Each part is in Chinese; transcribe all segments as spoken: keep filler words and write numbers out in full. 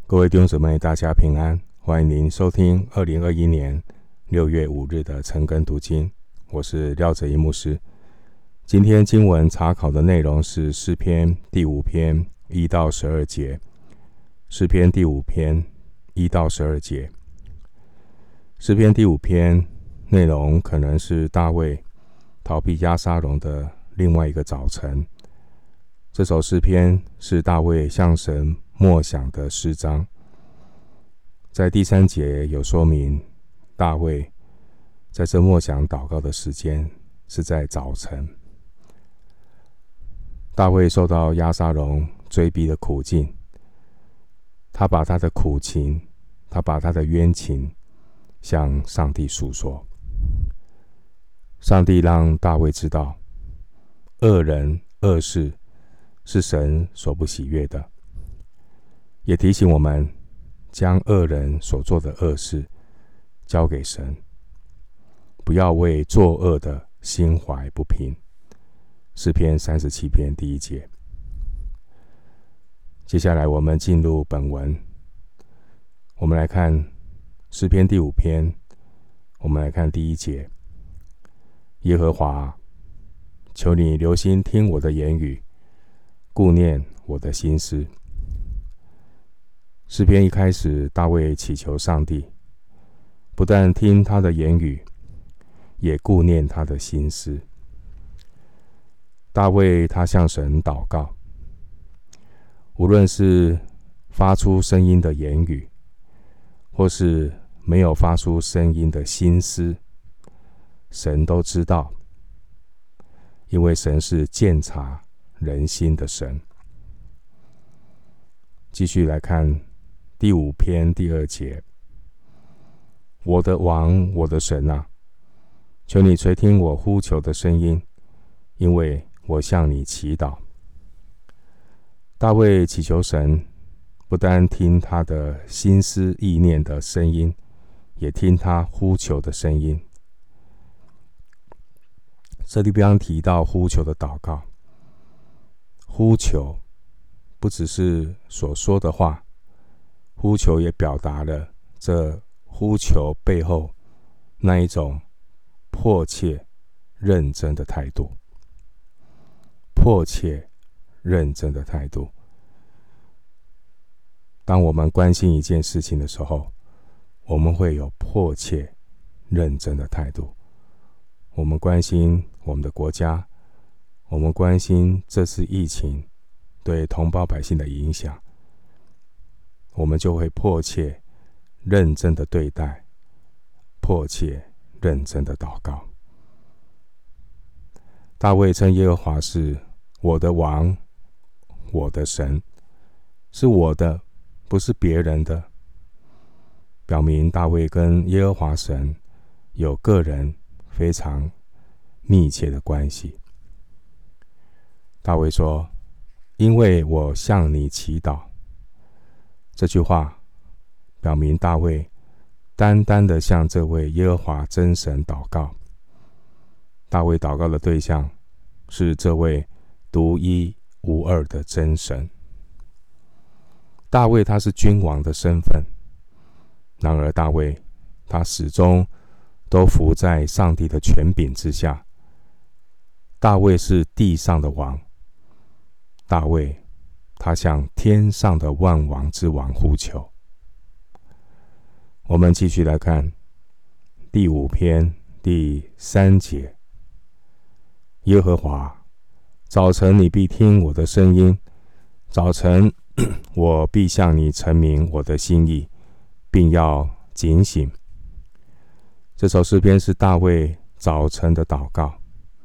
各位弟兄姊妹，大家平安，欢迎您收听二零二一年六月五日的晨更读经，我是廖哲一牧师。今天经文查考的内容是诗篇第五篇一到十二节。诗篇第五篇一到十二节。诗篇第五篇内容可能是大卫逃避押沙龙的另外一个早晨。这首诗篇是大卫向神默想的诗章。在第三节有说明，大卫在这默想祷告的时间是在早晨。大卫受到押沙龙追逼的苦境，他把他的苦情，他把他的冤情向上帝诉说。上帝让大卫知道，恶人恶事是神所不喜悦的，也提醒我们将恶人所做的恶事交给神，不要为作恶的心怀不平。诗篇三十七篇第一节。接下来我们进入本文，我们来看诗篇第五篇，我们来看第一节。耶和华，求你留心听我的言语，顾念我的心思。诗篇一开始，大卫祈求上帝，不但听他的言语，也顾念他的心思。大卫他向神祷告，无论是发出声音的言语，或是没有发出声音的心思，神都知道，因为神是鉴察人心的神。继续来看第五篇第二节。我的王，我的神啊，求你垂听我呼求的声音，因为我向你祈祷。大卫祈求神，不单听他的心思意念的声音，也听他呼求的声音。这里边提到呼求的祷告，呼求不只是所说的话，呼求也表达了这呼求背后那一种迫切认真的态度。迫切认真的态度。当我们关心一件事情的时候，我们会有迫切认真的态度。我们关心我们的国家，我们关心这次疫情对同胞百姓的影响，我们就会迫切认真的对待，迫切认真的祷告。大卫称耶和华是我的王，我的神，是我的，不是别人的，表明大卫跟耶和华神有个人非常密切的关系。大卫说，因为我向你祈祷。这句话表明大卫单单的向这位耶和华真神祷告。大卫祷告的对象是这位独一无二的真神。大卫他是君王的身份，然而大卫他始终都服在上帝的权柄之下。大卫是地上的王，大卫他向天上的万王之王呼求。我们继续来看第五篇第三节。耶和华，早晨你必听我的声音，早晨我必向你陈明我的心意，并要警醒。这首诗篇是大卫早晨的祷告，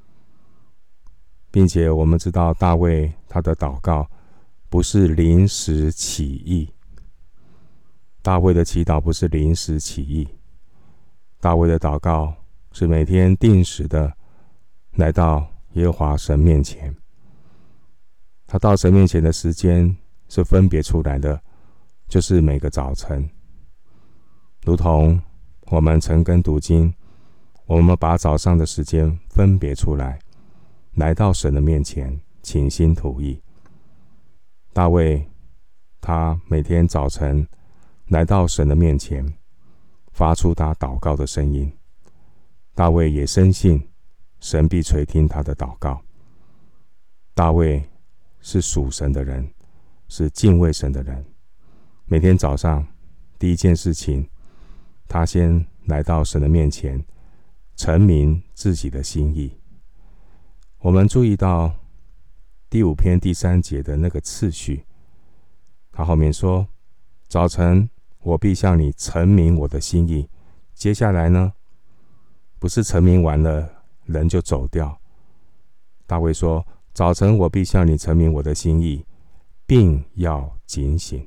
并且我们知道大卫他的祷告不是临时起意。大卫的祈祷不是临时起意，大卫的祷告是每天定时的来到耶和华神面前。他到神面前的时间是分别出来的，就是每个早晨。如同我们晨更读经，我们把早上的时间分别出来，来到神的面前倾心吐意。大卫他每天早晨来到神的面前，发出他祷告的声音。大卫也深信神必垂听他的祷告。大卫是属神的人，是敬畏神的人。每天早上第一件事情，他先来到神的面前，陈明自己的心意。我们注意到第五篇第三节的那个次序，他后面说：早晨我必向你陈明我的心意。接下来呢，不是陈明完了人就走掉。大卫说：早晨我必向你陈明我的心意，并要警醒。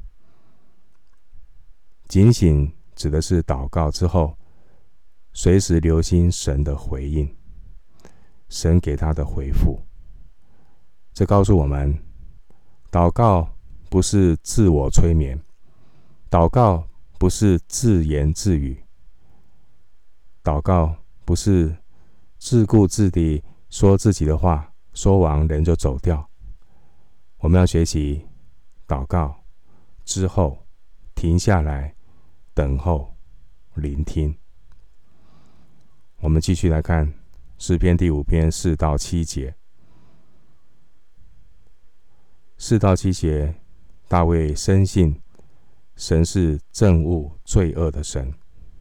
警醒指的是祷告之后，随时留心神的回应，神给他的回复。这告诉我们，祷告不是自我催眠，祷告不是自言自语，祷告不是自顾自地说自己的话，说完人就走掉。我们要学习祷告之后停下来，等候聆听。我们继续来看诗篇第五篇四到七节。四到七节，大卫深信神是憎恶罪恶的神。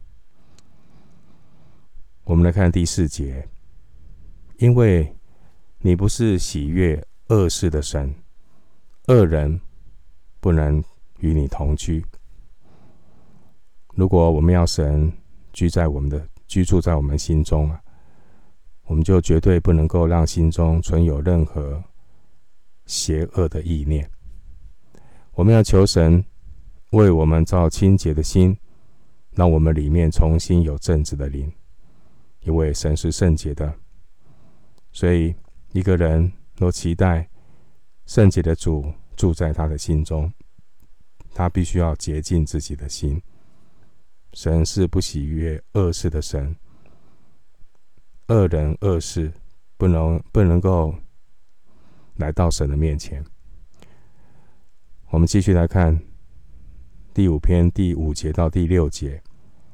我们来看第四节，因为你不是喜悦恶事的神，恶人不能与你同居。如果我们要神居在我们的居住在我们心中啊，我们就绝对不能够让心中存有任何邪恶的意念。我们要求神为我们造清洁的心，让我们里面重新有正直的灵，因为神是圣洁的。所以一个人若期待圣洁的主住在他的心中，他必须要洁净自己的心。神是不喜悦恶事的神，恶人恶事不能不能够来到神的面前。我们继续来看第五篇第五节到第六节。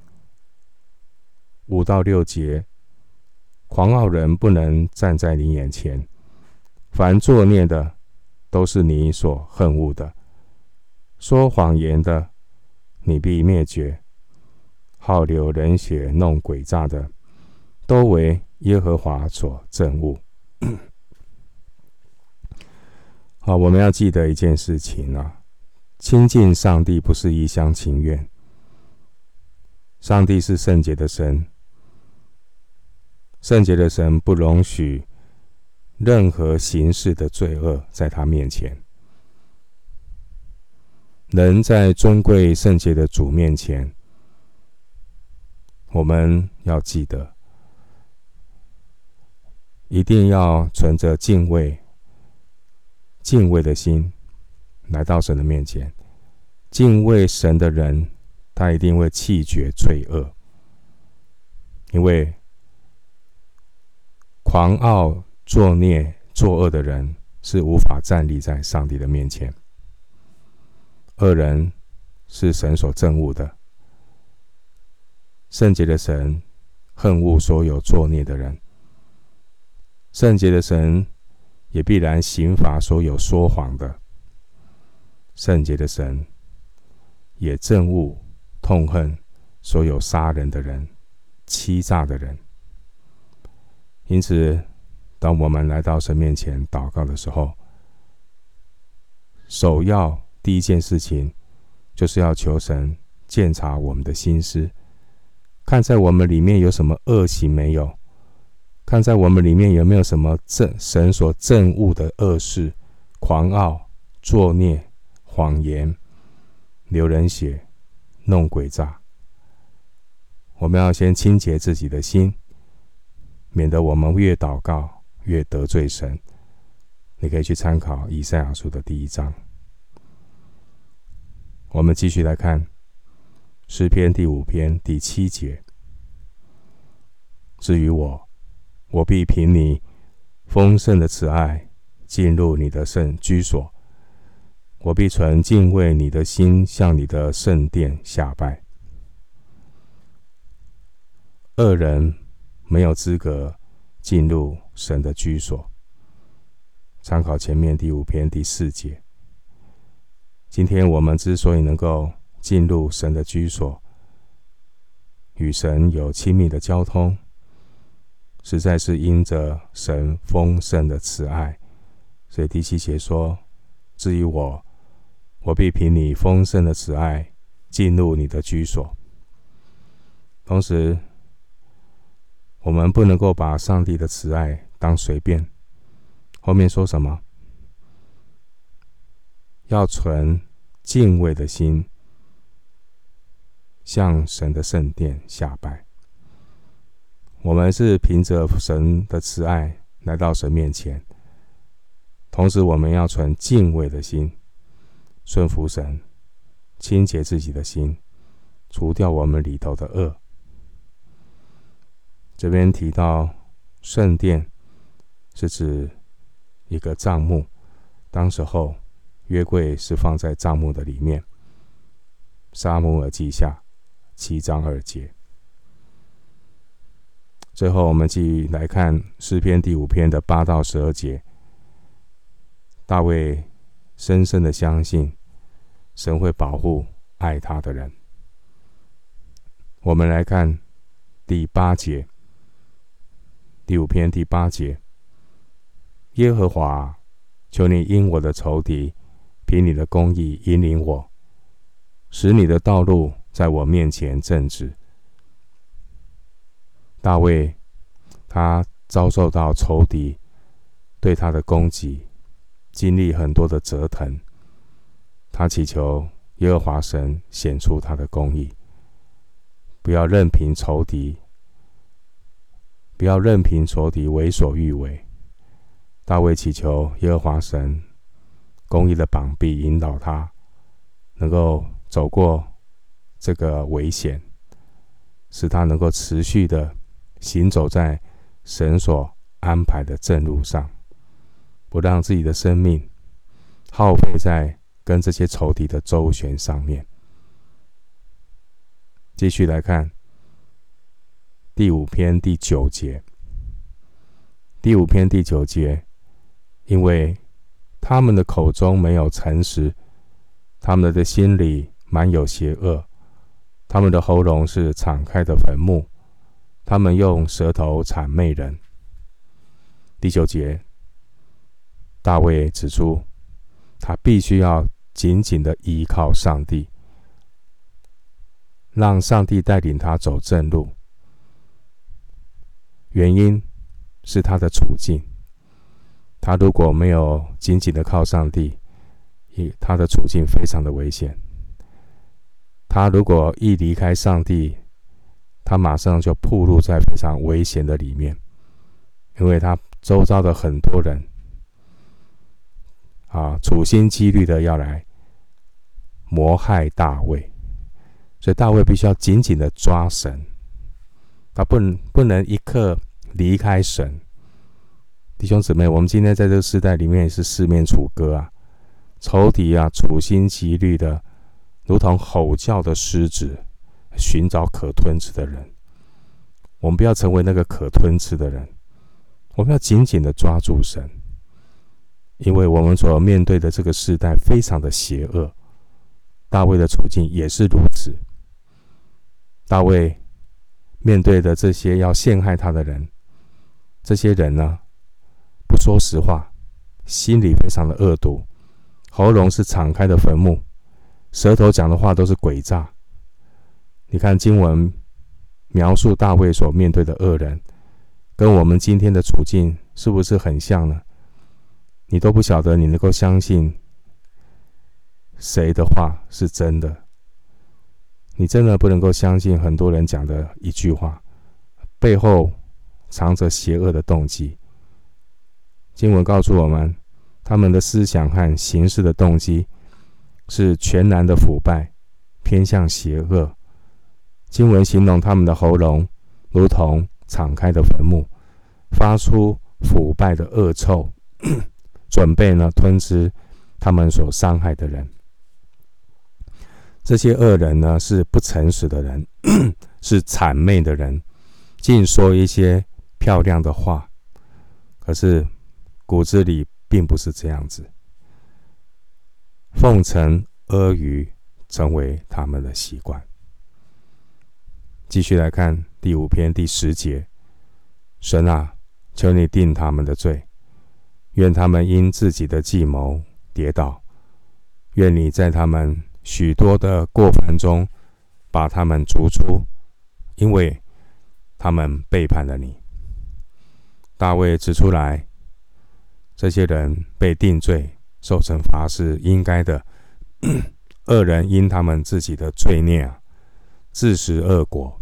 五到六节，狂傲人不能站在你眼前，凡作孽的都是你所恨恶的，说谎言的你必灭绝，好流人血弄诡诈的都为耶和华所憎恶。好，我们要记得一件事情啊，亲近上帝不是一厢情愿。上帝是圣洁的神，圣洁的神不容许任何形式的罪恶在他面前。人在尊贵圣洁的主面前，我们要记得，一定要存着敬畏敬畏的心来到神的面前。敬畏神的人，他一定会弃绝罪恶，因为狂傲作孽作恶的人是无法站立在上帝的面前。恶人是神所憎恶的，圣洁的神恨恶所有作孽的人，圣洁的神也必然刑罚所有说谎的，圣洁的神也憎恶痛恨所有杀人的人、欺诈的人。因此当我们来到神面前祷告的时候，首要第一件事情就是要求神鉴察我们的心思，看在我们里面有什么恶行没有，看在我们里面有没有什么神所憎恶的恶事，狂傲、作孽、谎言、流人血、弄诡诈。我们要先清洁自己的心，免得我们越祷告越得罪神。你可以去参考以赛亚书的第一章。我们继续来看诗篇第五篇第七节。至于我，我必凭你丰盛的慈爱进入你的圣居所， 我必存敬畏你的心，向你的圣殿下拜。恶人没有资格进入神的居所。参考前面第五篇第四节。今天我们之所以能够进入神的居所，与神有亲密的交通，实在是因着神丰盛的慈爱。所以第七节说，至于我，我必凭你丰盛的慈爱进入你的居所。同时，我们不能够把上帝的慈爱当随便。后面说什么？要存敬畏的心，向神的圣殿下拜。我们是凭着神的慈爱来到神面前，同时我们要存敬畏的心，顺服神，清洁自己的心，除掉我们里头的恶。这边提到圣殿是指一个帐幕，当时候约柜是放在帐幕的里面。撒母耳记下七章二节。最后我们继续来看诗篇第五篇的八到十二节。大卫深深的相信神会保护爱他的人。我们来看第八节，第五篇第八节。耶和华，求你因我的仇敌凭你的公义引领我，使你的道路在我面前正直。大卫他遭受到仇敌对他的攻击，经历很多的折腾，他祈求耶和华神显出他的公义，不要任凭仇敌不要任凭仇敌为所欲为。大卫祈求耶和华神公义的膀臂引导他，能够走过这个危险，使他能够持续的行走在神所安排的正路上，不让自己的生命耗费在跟这些仇敌的周旋上面。继续来看第五篇第九节。第五篇第九节，因为他们的口中没有诚实，他们的心里满有邪恶，他们的喉咙是敞开的坟墓，他们用舌头谄媚人。第九节，大卫指出他必须要紧紧的依靠上帝，让上帝带领他走正路。原因是他的处境，他如果没有紧紧的靠上帝，他的处境非常的危险。他如果一离开上帝，他马上就暴露在非常危险的里面，因为他周遭的很多人啊，处心积虑的要来谋害大卫，所以大卫必须要紧紧的抓神，他不能不能一刻离开神。弟兄姊妹，我们今天在这个时代里面也是四面楚歌啊，仇敌啊，处心积虑的，如同吼叫的狮子，寻找可吞吃的人。我们不要成为那个可吞吃的人，我们要紧紧的抓住神，因为我们所面对的这个时代非常的邪恶。大卫的处境也是如此。大卫面对的这些要陷害他的人，这些人呢，不说实话，心里非常的恶毒，喉咙是敞开的坟墓，舌头讲的话都是诡诈。你看经文描述大卫所面对的恶人，跟我们今天的处境是不是很像呢？你都不晓得你能够相信谁的话是真的，你真的不能够相信很多人讲的一句话，背后藏着邪恶的动机。经文告诉我们，他们的思想和行事的动机是全然的腐败，偏向邪恶。经文形容他们的喉咙如同敞开的坟墓，发出腐败的恶臭，准备呢吞吃他们所伤害的人。这些恶人呢，是不诚实的人，是谄媚的人，尽说一些漂亮的话，可是骨子里并不是这样子。奉承阿谀成为他们的习惯。继续来看第五篇第十节，神啊，求你定他们的罪，愿他们因自己的计谋跌倒，愿你在他们许多的过犯中把他们逐出，因为他们背叛了你。大卫指出来，这些人被定罪受惩罚是应该的，恶人因他们自己的罪孽啊，自食恶果。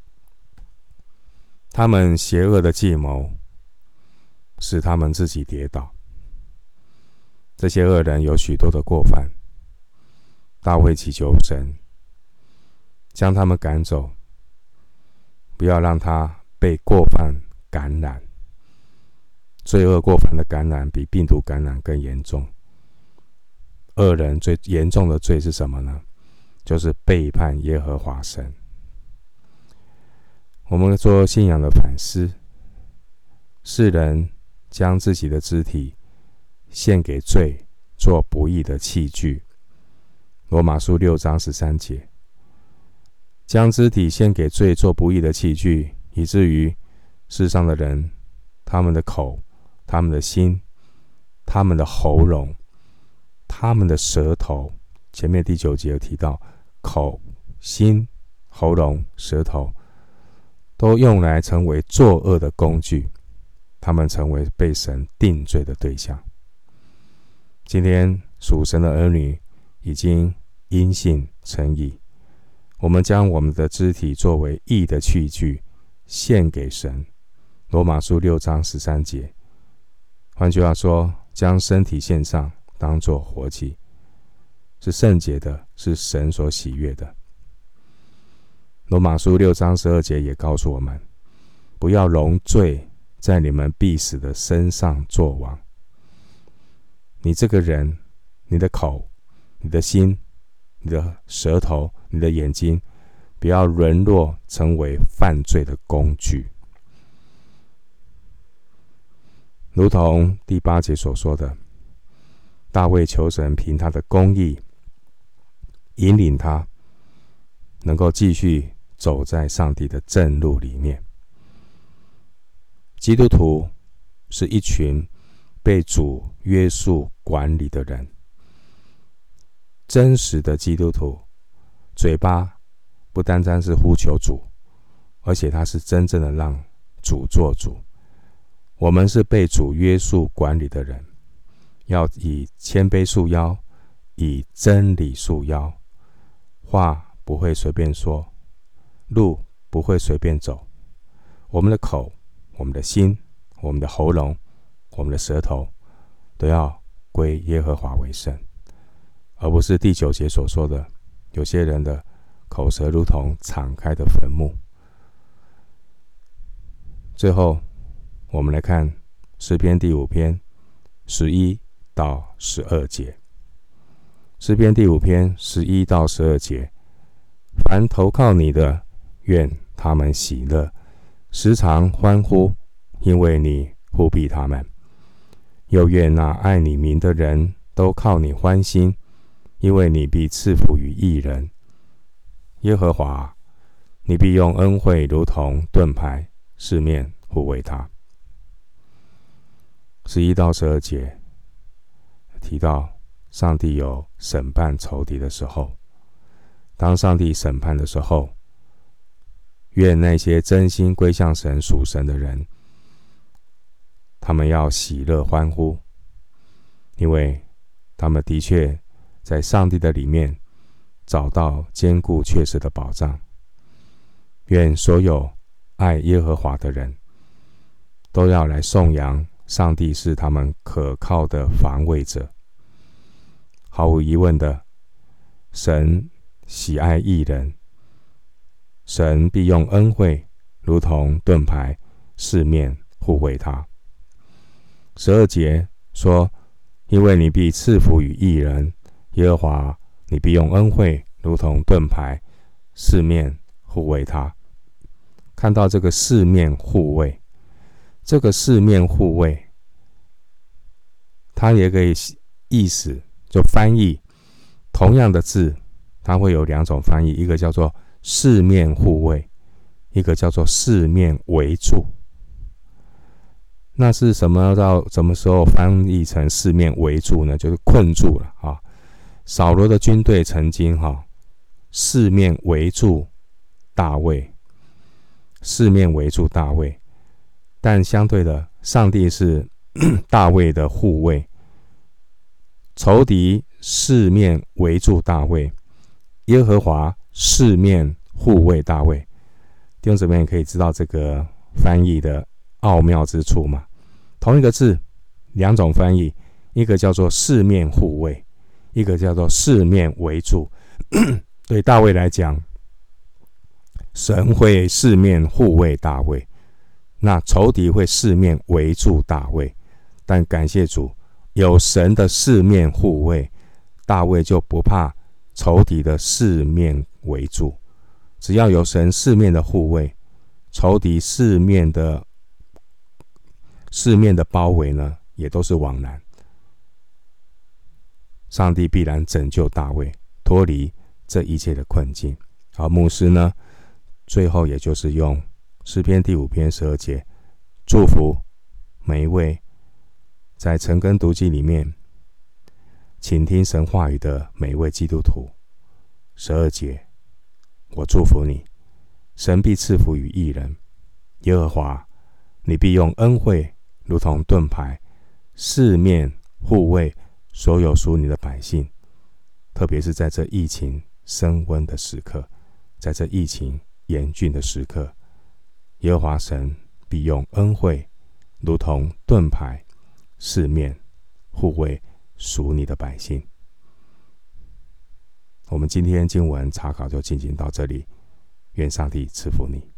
他们邪恶的计谋使他们自己跌倒。这些恶人有许多的过犯，大卫祈求神将他们赶走，不要让他被过犯感染。罪恶过犯的感染比病毒感染更严重。恶人最严重的罪是什么呢？就是背叛耶和华神。我们做信仰的反思，世人将自己的肢体献给罪，做不义的器具。罗马书六章十三节，将肢体献给罪，做不义的器具，以至于世上的人，他们的口、他们的心、他们的喉咙、他们的舌头，前面第九节有提到，口、心、喉咙、舌头都用来成为作恶的工具，他们成为被神定罪的对象。今天属神的儿女已经因信称义，我们将我们的肢体作为义的器具献给神。罗马书六章十三节，换句话说，将身体献上，当作活祭，是圣洁的，是神所喜悦的。罗马书六章十二节也告诉我们，不要容罪在你们必死的身上作王。你这个人，你的口、你的心、你的舌头、你的眼睛，不要沦落成为犯罪的工具。如同第八节所说的，大卫求神凭他的公义引领他，能够继续走在上帝的正路里面。基督徒是一群被主约束管理的人。真实的基督徒，嘴巴不单单是呼求主，而且他是真正的让主做主。我们是被主约束管理的人，要以谦卑束腰，以真理束腰，话不会随便说，路不会随便走。我们的口、我们的心、我们的喉咙、我们的舌头都要归耶和华为圣，而不是第九节所说的，有些人的口舌如同敞开的坟墓。最后我们来看诗篇第五篇十一到十二节。诗篇第五篇十一到十二节，凡投靠你的，愿他们喜乐，时常欢呼，因为你护庇他们。又愿那爱你名的人都靠你欢心，因为你必赐福于义人。耶和华，你必用恩惠如同盾牌，四面护卫他。十一到十二节提到上帝有审判仇敌的时候，当上帝审判的时候，愿那些真心归向神属神的人，他们要喜乐欢呼，因为他们的确在上帝的里面找到坚固确实的保障。愿所有爱耶和华的人都要来颂扬上帝是他们可靠的防卫者。毫无疑问的，神喜爱义人，神必用恩惠如同盾牌，四面护卫他。十二节说， 因为你必赐福于义人，耶和华你必用恩惠如同盾牌，四面护卫他。看到这个四面护卫，这个四面护卫，它也可以意思就翻译同样的字，它会有两种翻译，一个叫做四面护卫，一个叫做四面围住。那是什么到什么时候翻译成四面围住呢？就是困住了啊！扫罗的军队曾经哈、啊、四面围住大卫，四面围住大卫，但相对的，上帝是大卫的护卫，仇敌四面围住大卫，耶和华四面护卫大卫。弟兄姊妹可以知道这个翻译的奥妙之处嘛？同一个字，两种翻译，一个叫做四面护卫，一个叫做四面围住。对大卫来讲，神会四面护卫大卫，那仇敌会四面围住大卫。但感谢主，有神的四面护卫，大卫就不怕仇敌的四面围住。只要有神四面的护卫，仇敌四面的四面的包围呢，也都是枉然。上帝必然拯救大卫脱离这一切的困境。好，牧师呢，最后也就是用诗篇第五篇十二节祝福每一位在晨更读经里面倾听神话语的每一位基督徒。十二节，我祝福你，神必赐福于义人，耶和华你必用恩惠如同盾牌，四面护卫所有属你的百姓。特别是在这疫情升温的时刻，在这疫情严峻的时刻，耶和华神必用恩惠如同盾牌，四面护卫属你的百姓。我们今天经文查考就进行到这里，愿上帝赐福你。